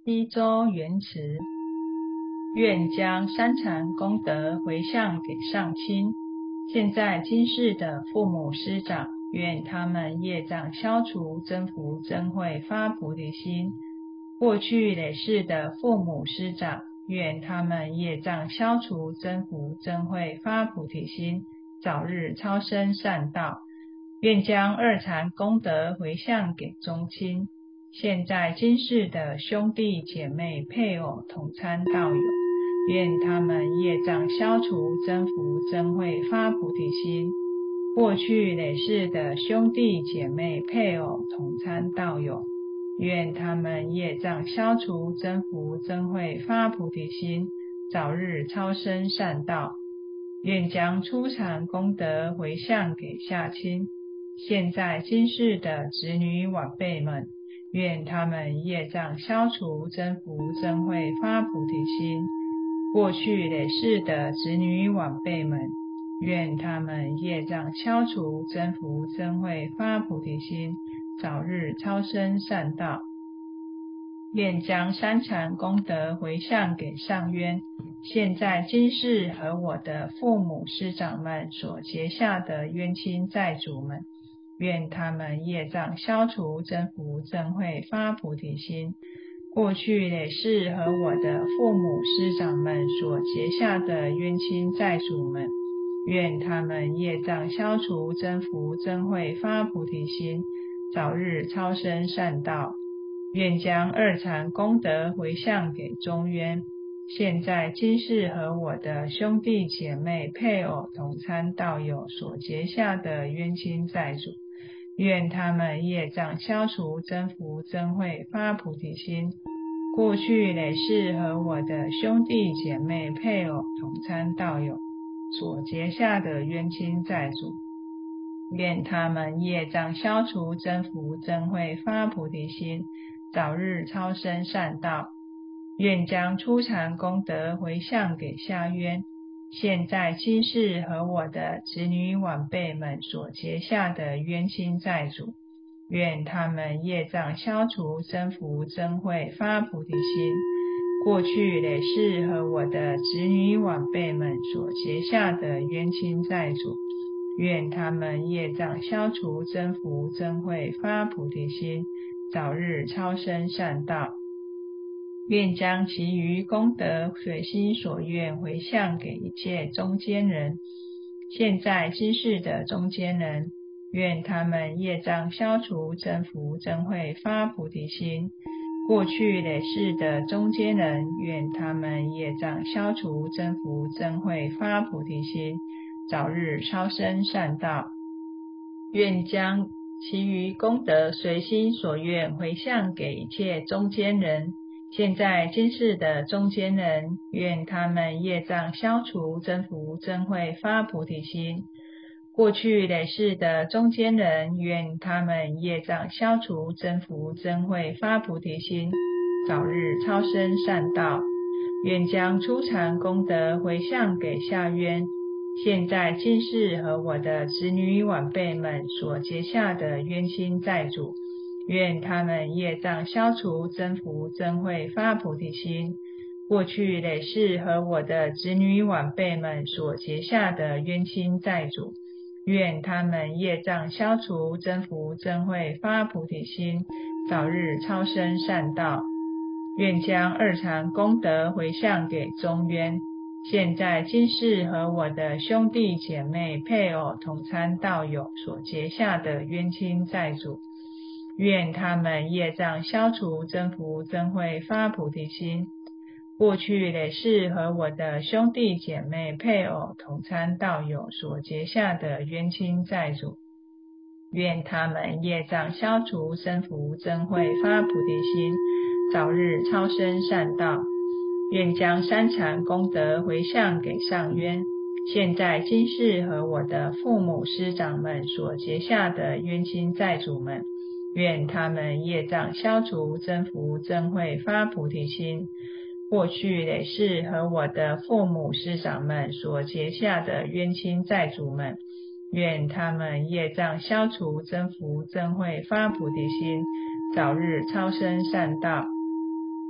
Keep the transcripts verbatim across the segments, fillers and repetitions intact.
西周元慈，愿将三禅功德回向给上亲，现在今世的父母师长，愿他们业障消除，增福增慧，发菩提心；过去累世的父母师长，愿他们业障消除，增福增慧，发菩提心，早日超生善道。愿将二禅功德回向给宗亲，现在今世的兄弟姐妹配偶同参道友，愿他们业障消除，增福增慧，发菩提心；过去累世的兄弟姐妹配偶同参道友，愿他们业障消除，增福增慧，发菩提心，早日超生善道。愿将初禅功德回向给下亲，现在今世的子女晚辈们，愿他们业障消除，增福增慧，发菩提心；过去累世的子女晚辈们，愿他们业障消除，增福增慧，发菩提心，早日超生善道。愿将三禅功德回向给上渊，现在今世和我的父母师长们所结下的冤亲债主们，愿他们业障消除，增福增慧，发菩提心；过去累世和我的父母师长们所结下的冤亲债主们，愿他们业障消除，增福增慧，发菩提心，早日超生善道。愿将二禅功德回向给中渊，现在今世和我的兄弟姐妹配偶同参道友所结下的冤亲债主，愿他们业障消除，增福增慧，发菩提心；过去累世和我的兄弟姐妹配偶同参道友所结下的冤亲债主，愿他们业障消除，增福增慧，发菩提心，早日超生善道。愿将初禅功德回向给下渊，现在今世和我的子女晚辈们所结下的冤亲债主，愿他们业障消除，增福增慧，发菩提心；过去累世和我的子女晚辈们所结下的冤亲债主，愿他们业障消除，增福增慧，发菩提心，早日超生善道。愿将其余功德随心所愿回向给一切中间人，现在今世的中间人，愿他们业障消除，增福增慧，发菩提心；过去累世的中间人，愿他们业障消除，增福增慧，发菩提心，早日超生善道。愿将其余功德随心所愿回向给一切中间人，现在今世的中间人，愿他们业障消除，增福增慧，发菩提心；过去累世的中间人，愿他们业障消除，增福增慧，发菩提心，早日超生善道。愿将初禅功德回向给下渊，现在今世和我的子女晚辈们所结下的冤亲债主，愿他们业障消除，增福增慧，发菩提心；过去累世和我的子女晚辈们所结下的冤亲债主，愿他们业障消除，增福增慧，发菩提心，早日超生善道。愿将二禅功德回向给中渊，现在今世和我的兄弟姐妹配偶同参道友所结下的冤亲债主，愿他们业障消除，增福增慧，发菩提心；过去累世和我的兄弟姐妹配偶同参道友所结下的冤亲债主，愿他们业障消除，增福增慧，发菩提心，早日超生善道。愿将三禅功德回向给上渊，现在今世和我的父母师长们所结下的冤亲债主们，愿他们业障消除，增福增慧，发菩提心；过去累世和我的父母师长们所结下的冤亲债主们，愿他们业障消除，增福增慧，发菩提心，早日超生善道。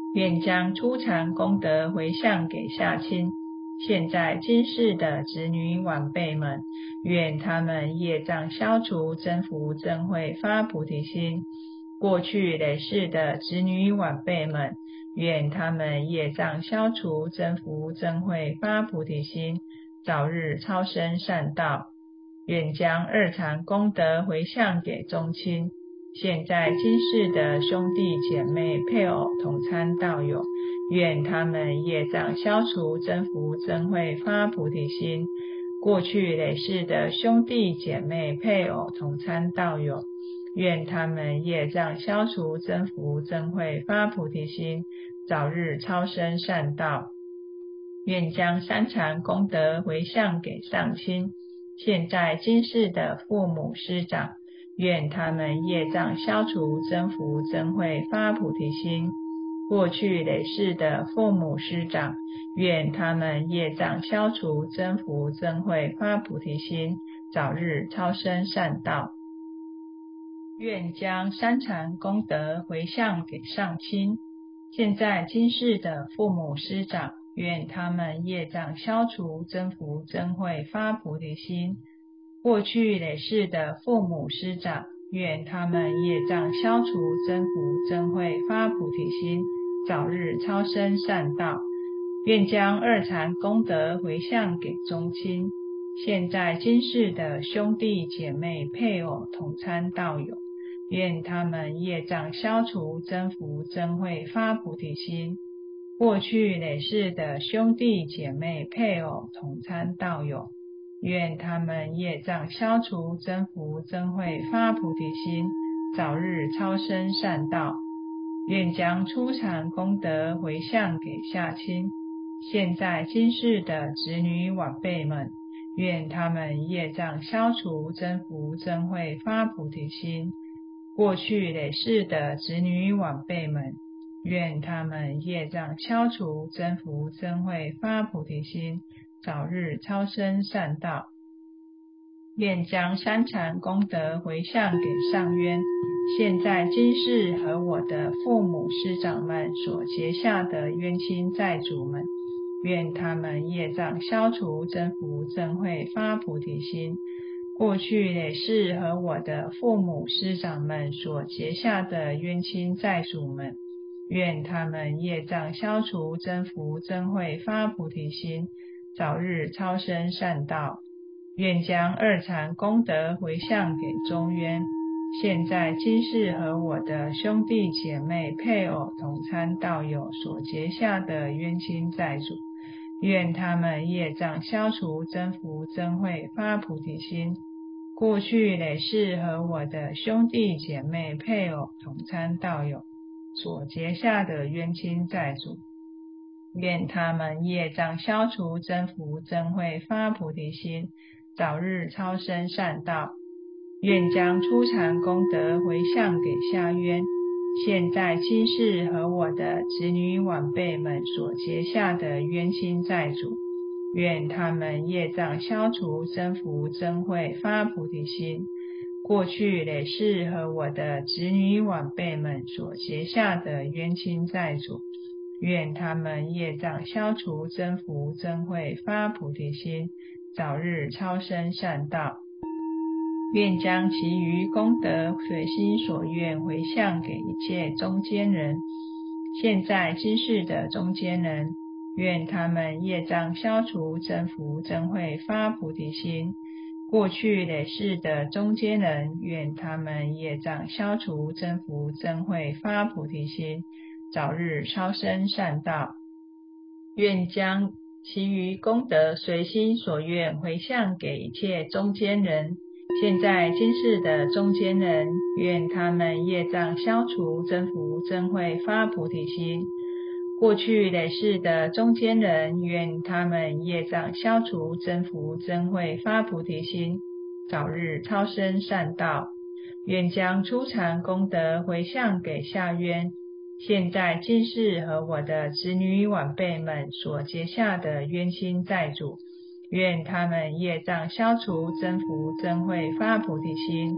愿将初禅功德回向给下亲，现在今世的子女晚辈们，愿他们业障消除，增福增慧，发菩提心。过去累世的子女晚辈们，愿他们业障消除，增福增慧，发菩提心，早日超生善道。愿将二禅功德回向给宗亲，现在今世的兄弟姐妹配偶同参道友，愿他们业障消除，增福增慧，发菩提心。过去累世的兄弟姐妹配偶同参道友，愿他们业障消除，增福增慧，发菩提心，早日超生善道。愿将三禅功德回向给上亲，现在今世的父母师长，愿他们业障消除，增福增慧，发菩提心。过去累世的父母师长，愿他们业障消除，增福增慧，发菩提心，早日超生善道。愿将三禅功德回向给上亲，现在今世的父母师长，愿他们业障消除，增福增慧，发菩提心。过去累世的父母师长，愿他们业障消除，增福增慧，发菩提心，早日超生善道。愿将二禅功德回向给宗亲，现在今世的兄弟姐妹配偶同参道友，愿他们业障消除，增福增慧，发菩提心。过去累世的兄弟姐妹配偶同参道友，愿他们业障消除，增福增慧，发菩提心，早日超生善道。愿将初禅功德回向给下亲，现在今世的子女晚辈们，愿他们业障消除，增福增慧，发菩提心。过去累世的子女晚辈们，愿他们业障消除，增福增慧，发菩提心，早日超生善道。愿将三禅功德回向给上渊，现在今世和我的父母师长们所结下的冤亲债主们，愿他们业障消除，增福增慧，发菩提心。过去累世和我的父母师长们所结下的冤亲债主们，愿他们业障消除，增福增慧，发菩提心，早日超生善道。愿将二禅功德回向给中渊，现在今世和我的兄弟姐妹配偶同参道友所结下的冤亲债主，愿他们业障消除，增福增慧，发菩提心。过去累世和我的兄弟姐妹配偶同参道友所结下的冤亲债主，愿他们业障消除，增福增慧，发菩提心，早日超生善道。愿将初禅功德回向给下渊，现在今世和我的子女晚辈们所结下的冤亲债主，愿他们业障消除，增福增慧，发菩提心。过去累世和我的子女晚辈们所结下的冤亲债主，愿他们业障消除，增福增慧，发菩提心，早日超生善道。愿将其余功德随心所愿回向给一切中间人，现在今世的中间人，愿他们业障消除，增福增慧，发菩提心。过去累世的中间人，愿他们业障消除，增福增慧，发菩提心，早日超生善道。愿将其余功德随心所愿回向给一切中间人，现在今世的中间人，愿他们业障消除，增福增慧，发菩提心。过去累世的中间人，愿他们业障消除，增福增慧，发菩提心，早日超生善道。愿将初禅功德回向给下渊，现在今世和我的子女晚辈们所结下的冤亲债主，愿他们业障消除，增福增慧，发菩提心。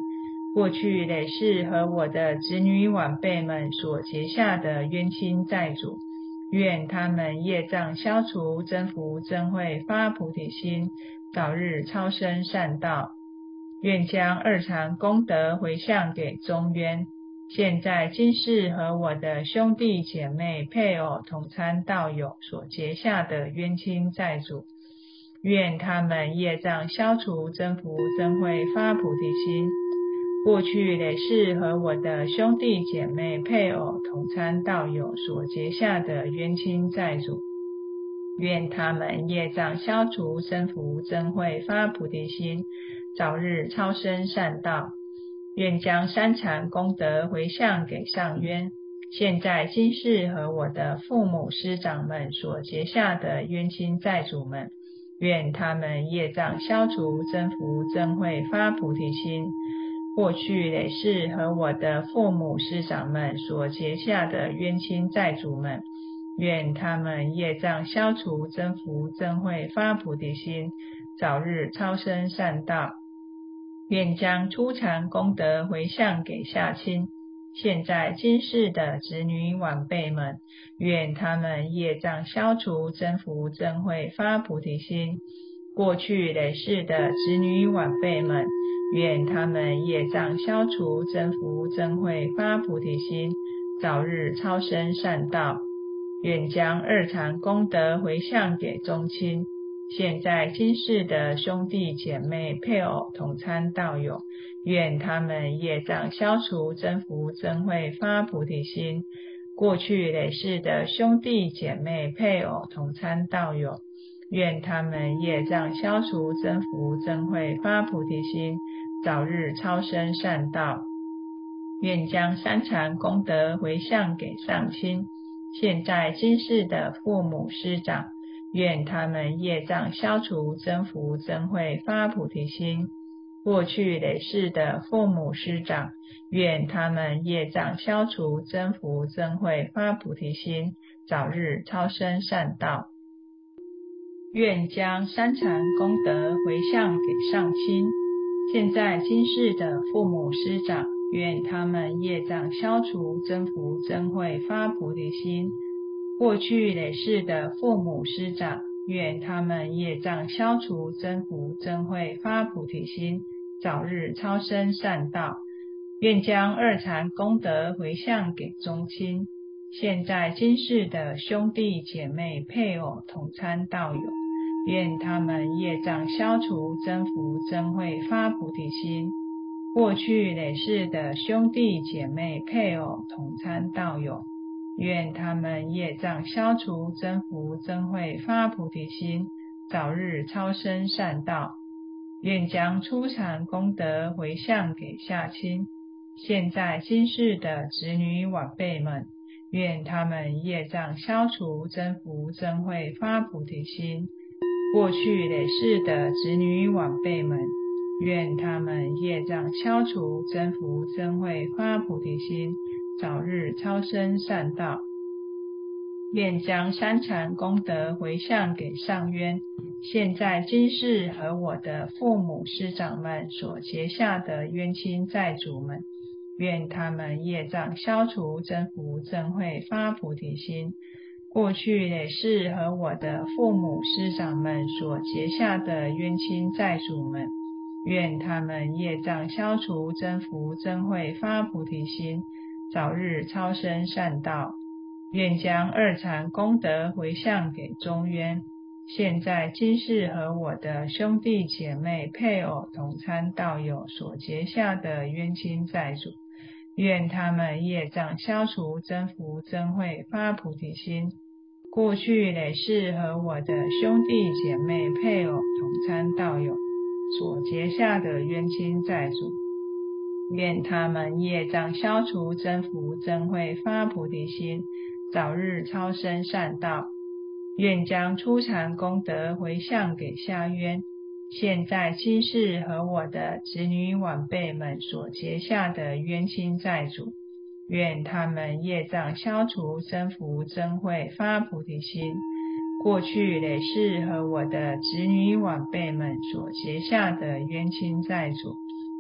过去累世和我的子女晚辈们所结下的冤亲债主，愿他们业障消除，增福增慧，发菩提心，早日超生善道。愿将二常功德回向给中渊，现在今世和我的兄弟姐妹、配偶、同参道友所结下的冤亲债主，愿他们业障消除，增福增慧，发菩提心。过去累世和我的兄弟姐妹、配偶、同参道友所结下的冤亲债主，愿他们业障消除，增福增慧，发菩提心，早日超生善道。愿将三禅功德回向给上渊，现在今世和我的父母师长们所结下的冤亲债主们，愿他们业障消除，增福增慧，发菩提心。过去累世和我的父母师长们所结下的冤亲债主们，愿他们业障消除，增福增慧，发菩提心，早日超生善道。愿将初禅功德回向给下亲，现在今世的子女晚辈们，愿他们业障消除，增福增慧，发菩提心。过去累世的子女晚辈们，愿他们业障消除，增福增慧，发菩提心，早日超生善道。愿将二常功德回向给宗亲，现在今世的兄弟姐妹、配偶、同参道友，愿他们业障消除，增福增慧，发菩提心。过去累世的兄弟姐妹、配偶、同参道友，愿他们业障消除，增福增慧，发菩提心，早日超生善道。愿将三禅功德回向给上亲，现在今世的父母师长，愿他们业障消除，增福增慧，发菩提心。过去累世的父母师长，愿他们业障消除，增福增慧，发菩提心，早日超生善道。愿将三禅功德回向给上亲，现在今世的父母师长，愿他们业障消除，增福增慧，发菩提心。过去累世的父母师长，愿他们业障消除，增福增慧，发菩提心，早日超生善道。愿将二禅功德回向给宗亲，现在今世的兄弟姐妹、配偶、同参道友，愿他们业障消除，增福增慧，发菩提心。过去累世的兄弟姐妹、配偶、同参道友，愿他们业障消除，增福增慧，发菩提心，早日超生善道。愿将初禅功德回向给下亲，现在今世的子女晚辈们，愿他们业障消除，增福增慧，发菩提心。过去累世的子女晚辈们，愿他们业障消除，增福增慧，发菩提心，早日超生善道。愿将三禅功德回向给上渊，现在今世和我的父母师长们所结下的冤亲债主们，愿他们业障消除，增福增慧，发菩提心。过去累世和我的父母师长们所结下的冤亲债主们，愿他们业障消除，增福增慧，发菩提心，早日超生善道。愿将二禅功德回向给中渊，现在今世和我的兄弟姐妹、配偶、同参道友所结下的冤亲债主，愿他们业障消除，增福增慧，发菩提心。过去累世和我的兄弟姐妹、配偶、同参道友所结下的冤亲债主，愿他们业障消除，增福增慧，发菩提心，早日超生善道。愿将初禅功德回向给下渊，现在今世和我的子女晚辈们所结下的冤亲债主，愿他们业障消除，增福增慧，发菩提心。过去累世和我的子女晚辈们所结下的冤亲债主，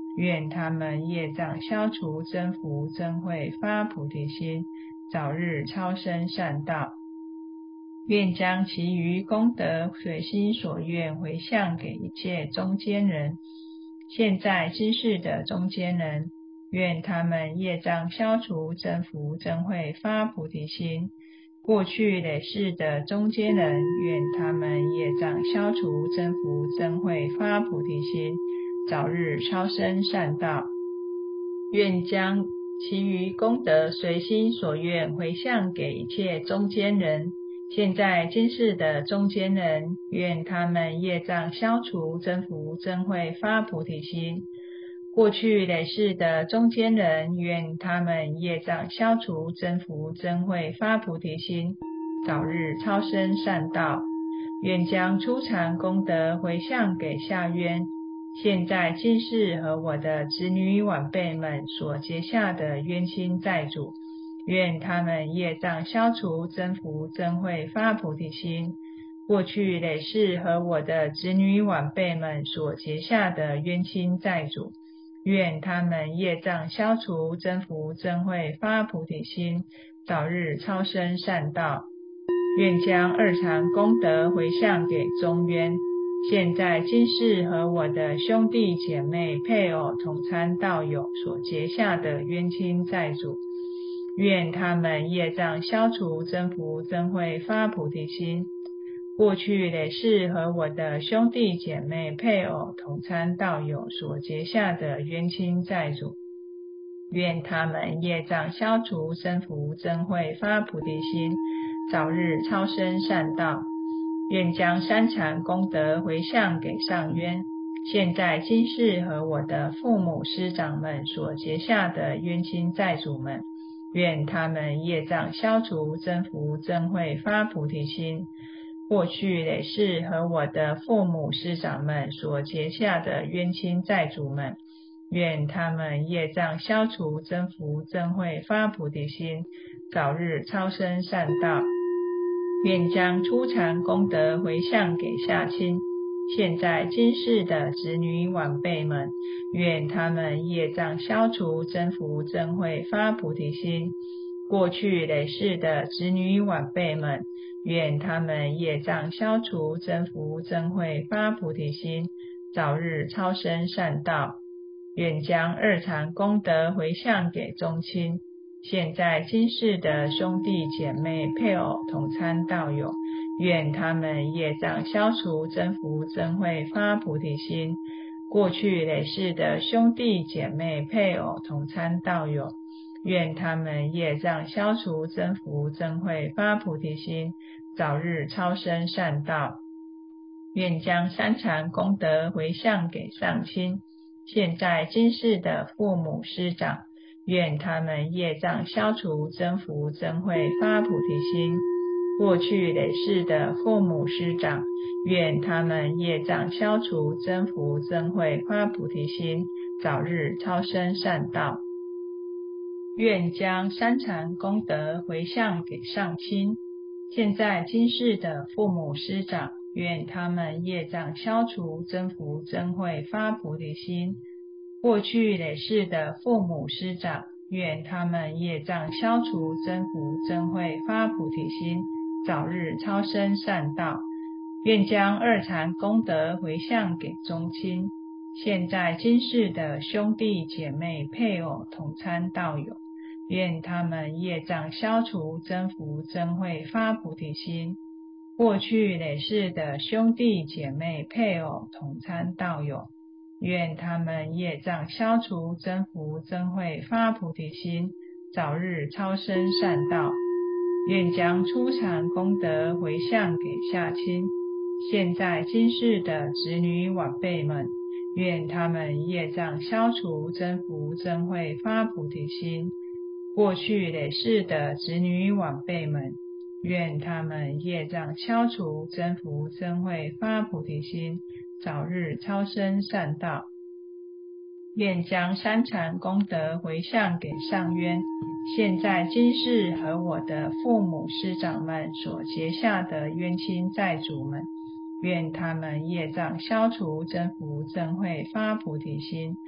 愿他们业障消除，增福增慧，发菩提心，早日超生善道。愿将其余功德随心所愿回向给一切中间人，现在今世的中间人，愿他们业障消除，增福增慧，发菩提心；过去累世的中间人，愿他们业障消除，增福增慧，发菩提心，早日超生善道。愿将其余功德随心所愿回向给一切中间人，现在今世的中间人，愿他们业障消除，增福增慧，发菩提心；过去累世的中间人，愿他们业障消除，增福增慧，发菩提心，早日超生善道。愿将初禅功德回向给下渊，现在今世和我的子女晚辈们所结下的冤亲债主，愿他们业障消除，增福增慧，发菩提心；过去累世和我的子女晚辈们所结下的冤亲债主，愿他们业障消除，增福增慧，发菩提心，早日超生善道。愿将二禅功德回向给中渊，现在今世和我的兄弟姐妹配偶同参道友所结下的冤亲债主，愿他们业障消除，增福增慧，发菩提心；过去累世和我的兄弟姐妹配偶同参道友所结下的冤亲债主，愿他们业障消除，增福增慧，发菩提心，早日超生善道。愿将三禅功德回向给上渊，现在今世和我的父母师长们所结下的冤亲债主们，愿他们业障消除，增福增慧，发菩提心；过去累世和我的父母师长们所结下的冤亲债主们，愿他们业障消除，增福增慧，发菩提心，早日超生善道。愿将初禅功德回向给下亲，现在今世的子女晚辈们，愿他们业障消除，增福增慧，发菩提心；过去累世的子女晚辈们，愿他们业障消除，增福增慧，发菩提心，早日超生善道。愿将二禅功德回向给宗亲，现在今世的兄弟姐妹配偶同参道友，愿他们业障消除，增福增慧，发菩提心；过去累世的兄弟姐妹配偶同参道友，愿他们业障消除，增福增慧，发菩提心，早日超生善道。愿将三禅功德回向给上亲，现在今世的父母师长，愿他们业障消除，增福增慧，发菩提心；过去累世的父母师长，愿他们业障消除，增福增慧，发菩提心，早日超生善道。愿将三禅功德回向给上亲，现在今世的父母师长，愿他们业障消除，增福增慧，发菩提心；过去累世的父母师长，愿他们业障消除，增福增慧，发菩提心，早日超生善道。愿将二禅功德回向给宗亲，现在今世的兄弟姐妹配偶同参道友，愿他们业障消除，增福增慧，发菩提心；过去累世的兄弟姐妹配偶同参道友，愿他们业障消除，增福增慧，发菩提心，早日超生善道。愿将初禅功德回向给下亲，现在今世的子女晚辈们，愿他们业障消除，增福增慧，发菩提心；过去累世的子女晚辈们，愿他们业障消除，增福增慧，发菩提心，早日超生善道。愿将三禅功德回向给上渊，现在今世和我的父母师长们所结下的冤亲债主们，愿他们业障消除，增福增慧，发菩提心；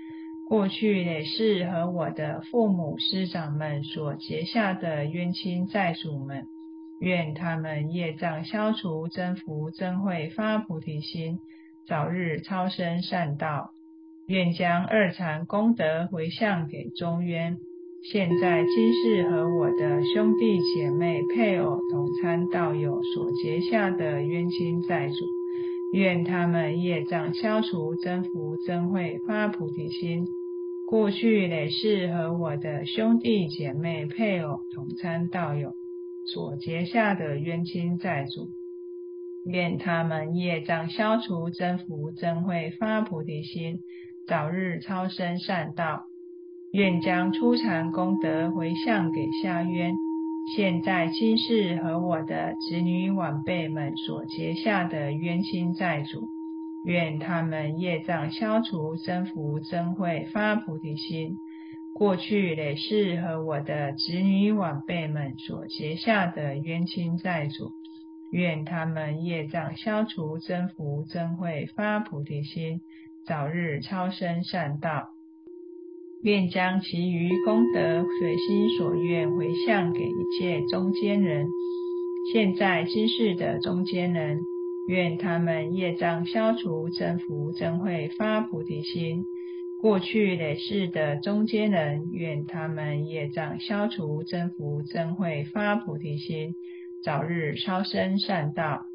过去累世和我的父母师长们所结下的冤亲债主们，愿他们业障消除，增福增慧，发菩提心，早日超生善道。愿将二禅功德回向给中渊，现在今世和我的兄弟姐妹、配偶、同参道友所结下的冤亲债主，愿他们业障消除，增福增慧，发菩提心。过去累世和我的兄弟姐妹、配偶、同参道友所结下的冤亲债主，愿他们业障消除，增福增慧，发菩提心，早日超生善道。愿将初禅功德回向给下渊，现在今世和我的子女晚辈们所结下的冤亲债主，愿他们业障消除，增福增慧，发菩提心。过去累世和我的子女晚辈们所结下的冤亲债主，愿他们业障消除，增福增慧，发菩提心，早日超生善道。愿将其余功德随心所愿回向给一切中间人，现在今世的中间人，愿他们业障消除，增福增慧，发菩提心。过去累世的中间人，愿他们业障消除，增福增慧，发菩提心，早日超生善道。